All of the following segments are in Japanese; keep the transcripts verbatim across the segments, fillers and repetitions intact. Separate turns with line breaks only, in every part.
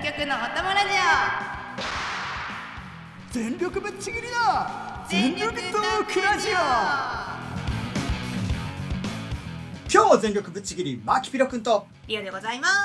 曲のお供ラジ
オ、全力ぶっちぎりだ
全力トークラジオ。
今日も全力ぶっちぎりマキピロくんと
リオでございます。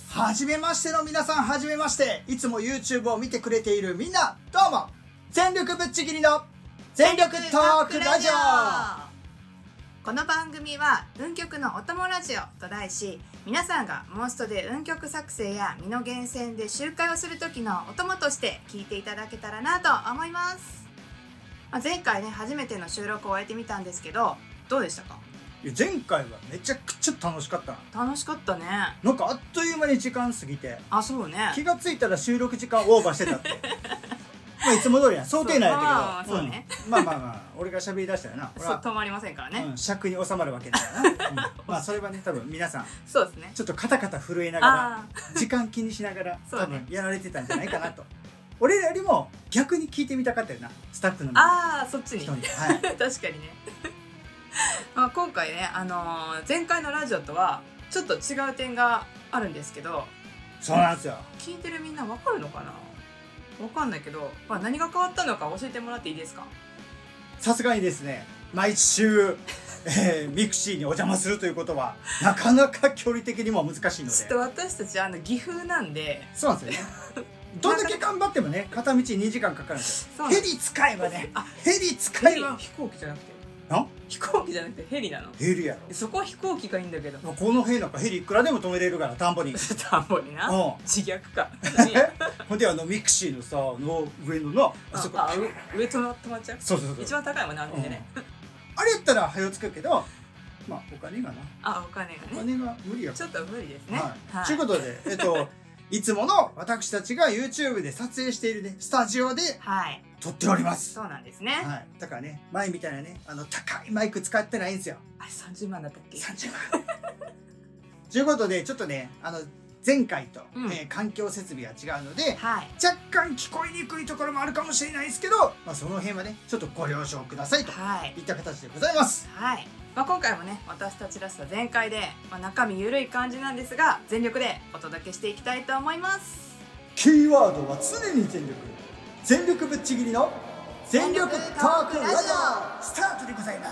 はじめましての皆さん、はじめまして。いつも YouTube を見てくれているみんな、どうも。全力ぶっちぎりの全力トークラジオ。
この番組は運極のお供ラジオと題し、皆さんがモンストで運極作成や身の源泉で集会をする時のお供として聞いていただけたらなと思います。まあ、前回ね、初めての収録を終えてみたんですけど、どうでしたか？
いや前回はめちゃくちゃ楽しかったな。
楽しかったね。
なんかあっという間に時間過ぎて、
あ、そうね。
気がついたら収録時間オーバーしてたってまあいつも通りや想定内やったけど、
そう、まあ、そうね、
うん、まあまあまあ俺が喋り出したらな、
そう止まりませんからね、
うん、尺に収まるわけだからな、うん、まあそれはね、多分皆さん
そうですね、
ちょっとカタカタ震えながら時間気にしながら多分やられてたんじゃないかなと俺らよりも逆に聞いてみたかったよな、スタッフの
ああそっちに
人に、はい、
確かにねまあ今回ね、あのー、前回のラジオとはちょっと違う点があるんですけど、
そうなんですよ。
聞いてるみんなわかるのかな、わかんないけど、まあ、何が変わったのか教えてもらっていいですか？
さすがにですね、毎週、えー、ミクシーにお邪魔するということはなかなか距離的にも難しいので、
ちょっと私たちあの岐阜なんで、
そうなんですよねどんだけ頑張ってもね、片道にじかんかかるんですよ。ヘリ使えばね、ヘリ使えば、
飛行機じゃなくて
な
飛行機じゃなくてヘリなの？
ヘリやろ。
そこは飛行機がいいんだけど、
この辺なんかヘリいくらでも止めれるから、田んぼに
田んぼにな、
うん
自虐か
ほんであのミクシーのさの上のな、
あ
そこ
あ上止ま止まっちゃう。
そうそうそう、
一番高いもんね、あんでね、
うん、あれやったら早つくけど、まあお金がな、
あ、お金がね、
お金が無理や
ちょっと無理ですね。
はい、
はい、
ということで、えっといつもの私たちが YouTube で撮影しているね、スタジオで撮っております。
そうなんですね。
はい、だからね、前みたいなね、あの高いマイク使ってないんですよ。
あれさんじゅうまんだったっけ？
さんじゅうまんということで、ちょっとね、あの前回と、
うん、
えー、環境設備が違うので、
はい、
若干聞こえにくいところもあるかもしれないですけど、まあ、その辺はねちょっとご了承くださいといった形でございます。
はい、まあ、今回もね、私たちらしさ全開で、まあ、中身ゆるい感じなんですが、全力でお届けしていきたいと思います。
キーワードは常に全力、全力ぶっちぎりの全力トークラジオスタートでございます。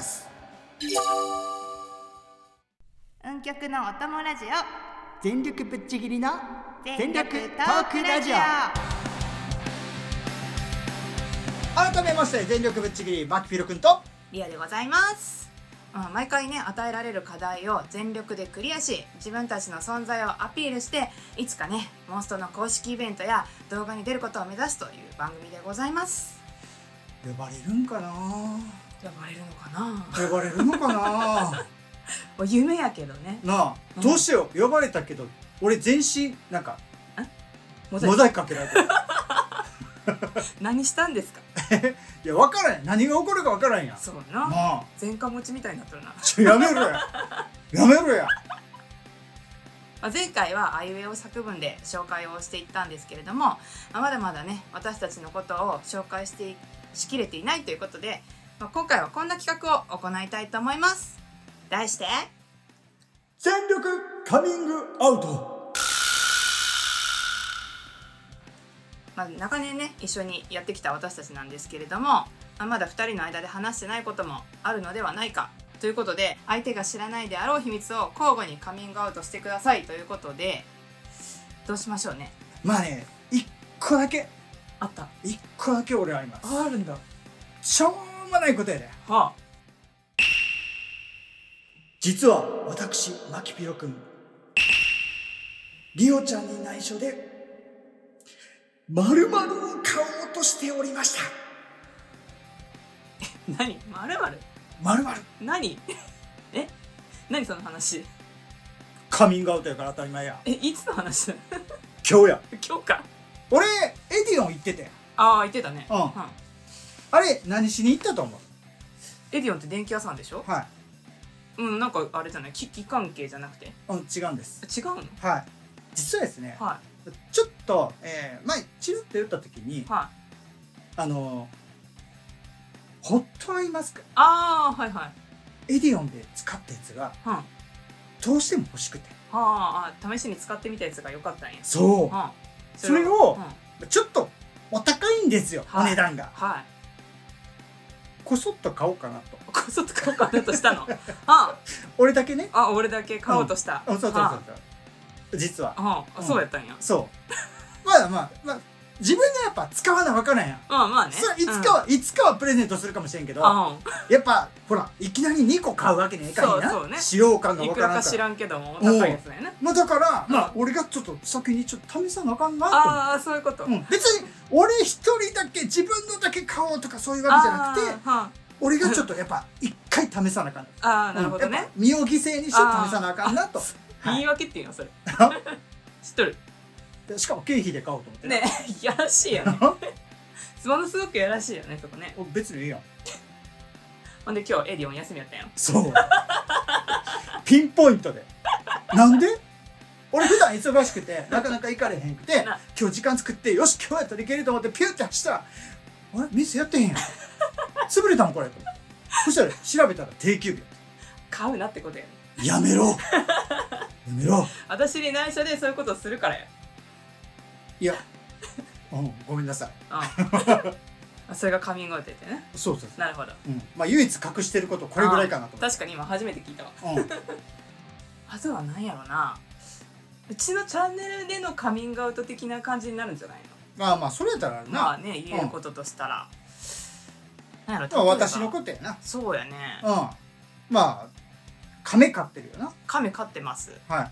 運極のお供ラジオ、
全力ぶっちぎりの
全力トークラジオ。
改めまして、全力ぶっちぎりマキピロくんと
リアでございます。まあ、毎回ね、与えられる課題を全力でクリアし、自分たちの存在をアピールして、いつかね、モンストの公式イベントや動画に出ることを目指すという番組でございます。
呼ばれるんかな、
呼ばれるのかな、
呼ばれるのかな
夢やけどね。
なあ、どうしよう、呼ばれたけど俺全身なんか
モ
ザイクかけられてる
何したんですか
いや、分からん、何が起こるか分からんやん。
そうな、
なあ、
前科持ちみたいになってるな。
ちょ、やめろややめろや
まあ前回はあいうえお作文で紹介をしていったんですけれども、まあ、まだまだね、私たちのことを紹介してしきれていないということで、まあ、今回はこんな企画を行いたいと思います。題して、
全力カミングアウト。
まあ、長年ね一緒にやってきた私たちなんですけれども、まあ、まだふたりの間で話してないこともあるのではないかということで、相手が知らないであろう秘密を交互にカミングアウトしてくださいということで、どうしましょうね。
まあね、一個だけ
あった。
一個だけ俺あります。
あるんだ。
しょうもないことやで。
はあ、
実は私マキピロくん、リオちゃんに内緒で〇〇を買おうとしておりました。
何？まるまる？
〇〇
何？え？何その話？
カミングアウトやから当たり前や。
え、いつの話？
今日や。
今日か。
俺エディオン行ってて。
ああ、言ってたね。
うん、うん、あれ何しに行ったと思う？
エディオンって電気屋さんでしょ？
はい。
うん、なんかあれじゃない、機器関係じゃなくて。
うん、違うんです。
違うの？
はい。実はですね、
は
ちょっと、えー、前チルッと言った時に、
はい、
あのー、ホットアイマスク、
ああ、はいはい、
エディオンで使ったやつが、
うん、
どうしても欲しくて、
はあ、試しに使ってみたやつが良かったんや。
そう、
は
それを
うん
ちょっとお高いんですよ、
はい
お値段が。
はい
こそっと買おうかなと。
こそっと買おうかなとしたのあ
俺だけね。
あ俺だけ買おうとした、
あそうそうそう
は
そう。実は。
ああそうやったんや、
そう。まあまあまあ自分がやっぱ使わなわからんやん。
まあまあね
それはいつかは、いつかはプレゼントするかもしれんけど、
うん
やっぱほらいきなりにこ買うわけにはいかへんな。
そうそうね
使用感が
い
わかんから。
くらから知らんけども高いやつだよね。
まあだから、まあ
う
俺がちょっと先にちょっと試さなあかんなと。
ああそういうこと、
うん、別に俺一人だけ自分のだけ買おうとかそういうわけじゃなくて、
あーは
俺がちょっとやっぱ一回試さなあかん。
ああーなるほどね
うんやっぱ、身を犠牲にして試さなあかんなと。
言い訳っていうのそれ知っとる
でしかも経費で買おうと思って
ねいやらしいよねものすごくやらしいよねそこね。
別にいいやん。
ほんで今日エディオン休みやったんやん。
そうピンポイントでなんで俺普段忙しくてなかなか行かれへんくて
な
今日時間作ってよし今日やったらいけると思ってピュッて走ったらあれ店やってへんやん潰れたんこれとそしたら調べたら定休日
買うなってことやね。
やめろやめろ。
私に内緒でそういうことをするからや。
いや、うん、ごめんなさい。
うんそれがカミングアウトやってね。
そうそうそう。
なるほど。
うん、まあ唯一隠してることこれぐらいかなと思って。
確かに今初めて聞いたわ。
うん、
あとは何やろな、うちのチャンネルでのカミングアウト的な感じになるんじゃないの。
まあまあそれやったらあるな。
まあね言えることとしたら、なんやろ
まあ
例えば
私のことやな。
そうやね。
うん。まあ亀飼ってるよな。
亀飼ってます。
はい。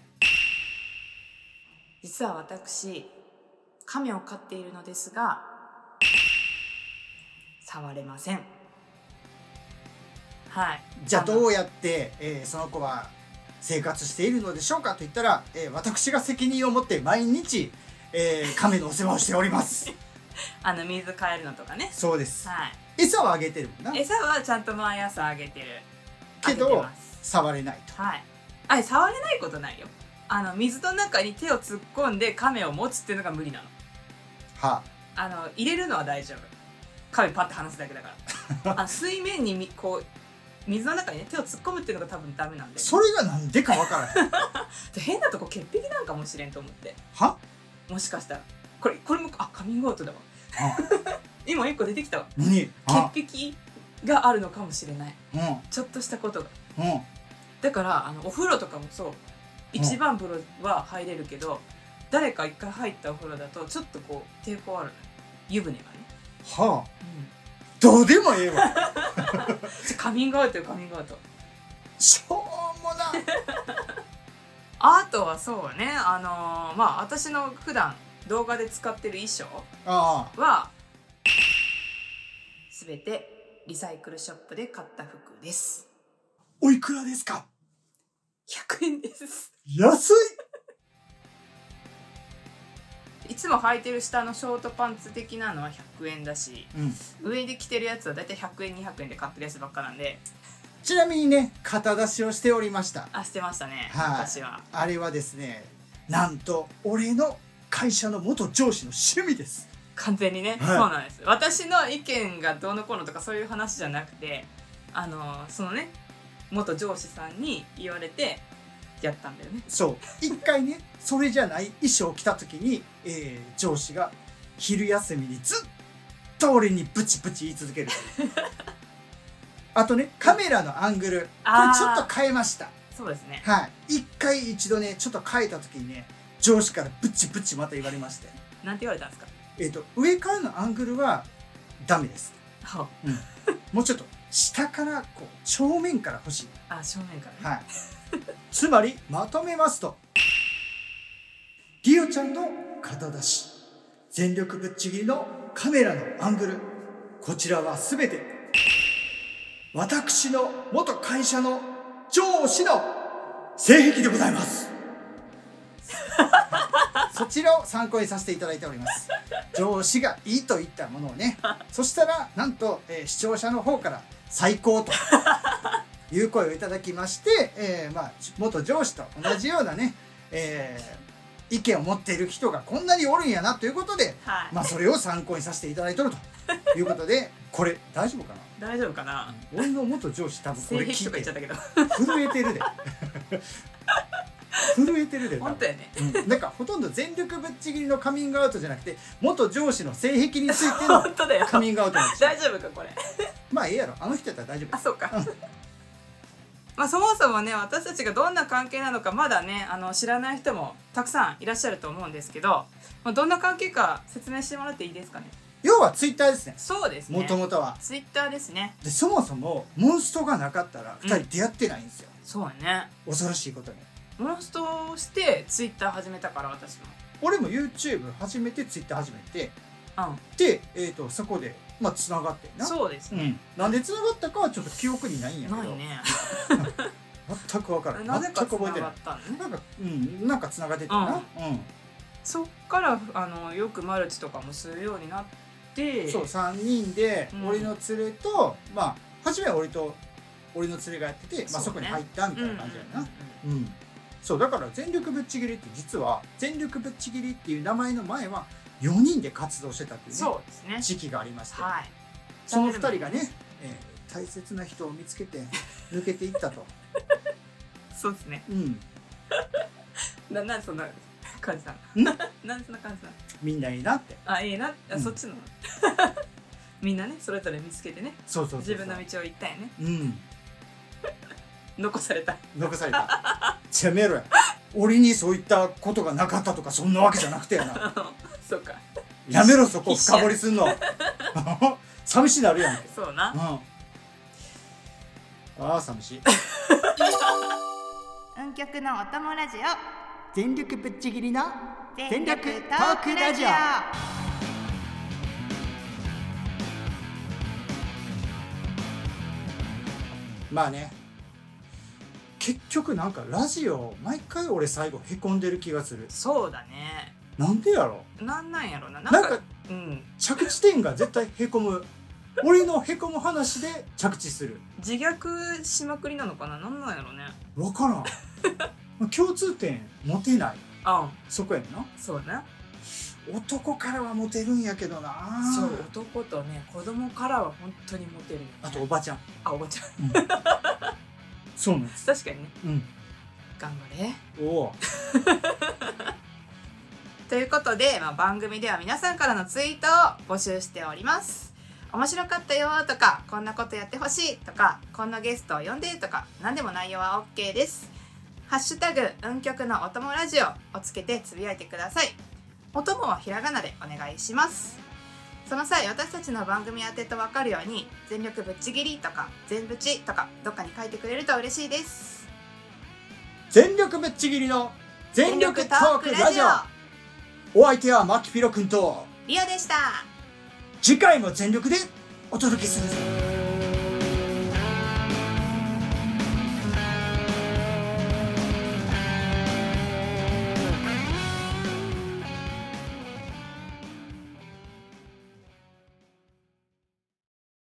実は私亀を飼っているのですが触れません。はい。
じゃあどうやって、えーその子は生活しているのでしょうかと言ったら、えー私が責任を持って毎日、えー、亀のお世話をしております
あの水変えるのとかね。
そうです。
は
餌はあげてるもんな。
い。餌はちゃんと毎朝あげてる。
けど
あげてます
触れないと。
はい。あれ触れないことないよ。あの水の中に手を突っ込んで亀を持つっていうのが無理なの。
は
あの入れるのは大丈夫。亀パッて離すだけだからあの水面にみこう水の中に、ね、手を突っ込むっていうのが多分ダメなんで、
それがなんでかわからへん
変なとこ潔癖なんかもしれんと思って。
は
もしかしたらこれこれもあカミングアウトだわ今一個出てきたわ。
何あ
潔癖があるのかもしれない。
うん
ちょっとしたことが。
うん
だからあのお風呂とかもそう、一番風呂は入れるけど、誰か一回入ったお風呂だとちょっとこう抵抗あるのよ、湯船がね。
はあ
うん
どうでもええわ
カミングアウトよカミングアウト。
しょうもな
あとはそうね、あのー、まあ私の普段動画で使ってる衣装
あ
はすべてリサイクルショップで買った服です。
おいくらですか。
ひゃくえんです。
安い。
いつも履いてる下のショートパンツ的なのはひゃくえんだし、
うん、
上で着てるやつはだいたいひゃくえんにひゃくえんで買ってるやつばっかなんで。
ちなみにね肩出しをしておりました。
あしてましたね、
はい、
私は。
あれはですねなんと俺の会社の元上司の趣味です。
完全にね、
はい、
そうなんです。私の意見がどうのこうのとかそういう話じゃなくて、あのそのね元上司さんに言われてやったんだよね。
そう一回ねそれじゃない衣装を着た時に、えー、上司が昼休みにずっと俺にブチブチ言い続けるあとねカメラのアングルこれちょっと変えました。
そうですね。
はい一回一度ねちょっと変えた時にね上司からブチブチまた言われまして、
なんて言われたんですか。
えっと上からのアングルはダメです、うん、もうちょっと下からこう正面から欲しい。
あ正面からね、
はいつまりまとめますとリオちゃんの肩出し、全力ぶっちぎりのカメラのアングル、こちらは全て私の元会社の上司の性癖でございますそちらを参考にさせていただいております。上司がいいと言ったものをねそしたらなんと、えー、視聴者の方から最高という声をいただきまして、えーまあ、元上司と同じようなね、えー、意見を持っている人がこんなにおるんやなということで、
はい、
まあ、それを参考にさせていただいてるということでこれ大丈夫かな。
大丈夫かな。
俺の元上司多分これ聞いて
性癖とか言っちゃったけど
震えてるで震えてるで多分
本当やね。
うん、なんかほとんど全力ぶっちぎりのカミングアウトじゃなくて元上司の性癖についての
本当だよ。
カミングアウトなんですよ
大丈夫かこれ。
まあええやろあの人やったら大丈夫
あ、そうか。まあそもそもね私たちがどんな関係なのかまだねあの知らない人もたくさんいらっしゃると思うんですけど、まあ、どんな関係か説明してもらっていいですかね。
要はツイッターですね
そうですね。
もともとは
ツイッターですね。
でそもそもモンストがなかったらふたり出会ってないんですよ、
そうやね。
恐ろしいことに
モンストをしてツイッター始めたから私も。
俺も YouTube 始めてツイッター始めて
うん。
で、えー、とそこでまあつながってんな
そうですね。
うん、なんでつながったかはちょっと記憶にないんやけど
ないね。
全く分からない
なぜか
全く覚えてない
繋がったのね。
なんかうんなんかつながってたな、うん
そっからあのよくマルチとかもするようになって
そうさんにんで、
うん
俺の連れとまあ初めは俺と俺の連れがやってて、まあ、
そうね
そこに入ったみたいな感じやな、
うんうんうん
うん、そうだから全力ぶっちぎりって実は全力ぶっちぎりっていう名前の前はよにんで活動してたっていうね
そうですね。
時期がありまして、
はい。
そのふたりがね、えー大切な人を見つけて抜けていったと、
そうですね。
うん、
ななんでそんな感じなの？なんでそんな感じなの？
みんないいなって
あ、いいな。あ
うん
そっちの。みんなねそれぞれ見つけてね
そうそうそうそう
自分の道を行ったよね。
うん
残された。
残されたてめえろや俺にそういったことがなかったとかそんなわけじゃなくてやな
そうか。
やめろそこ深掘りすんの寂しいなるやんけ
そうな。
うんああ寂しい
運極のお供ラジオ
全力ぶっちぎりな
全力トークラジオ。
まあね結局なんかラジオ毎回俺最後へこんでる気がする
そうだね。
なんでやろ
なんなんやろな。なか
なんんか
うん
着地点が絶対へこむ俺のへこむ話で着地する
自虐しまくりなのかな。なんなんやろね。
分からん共通点持てない
あ、
そこやねんな
そうね。
男からはモテるんやけどな
そう男とね子供からは本当にモテるよね。
あとおばちゃん、
あおばちゃん
うん、そうなんです
確かにね。
うん
頑張れ。
おお
ということで、まあ、番組では皆さんからのツイートを募集しております。面白かったよとかこんなことやってほしいとかこんなゲストを呼んでとか何でも内容は OK です。ハッシュタグ運極のお供ラジオをつけてつぶやいてください。お供はひらがなでお願いします。その際私たちの番組宛てと分かるように全力ぶっちぎりとか全ぶちとかどっかに書いてくれると嬉しいです。
全力ぶっちぎりの全力トークラジオお相手はマキピロ君と
リオでした。
次回も全力でお届けするぞ。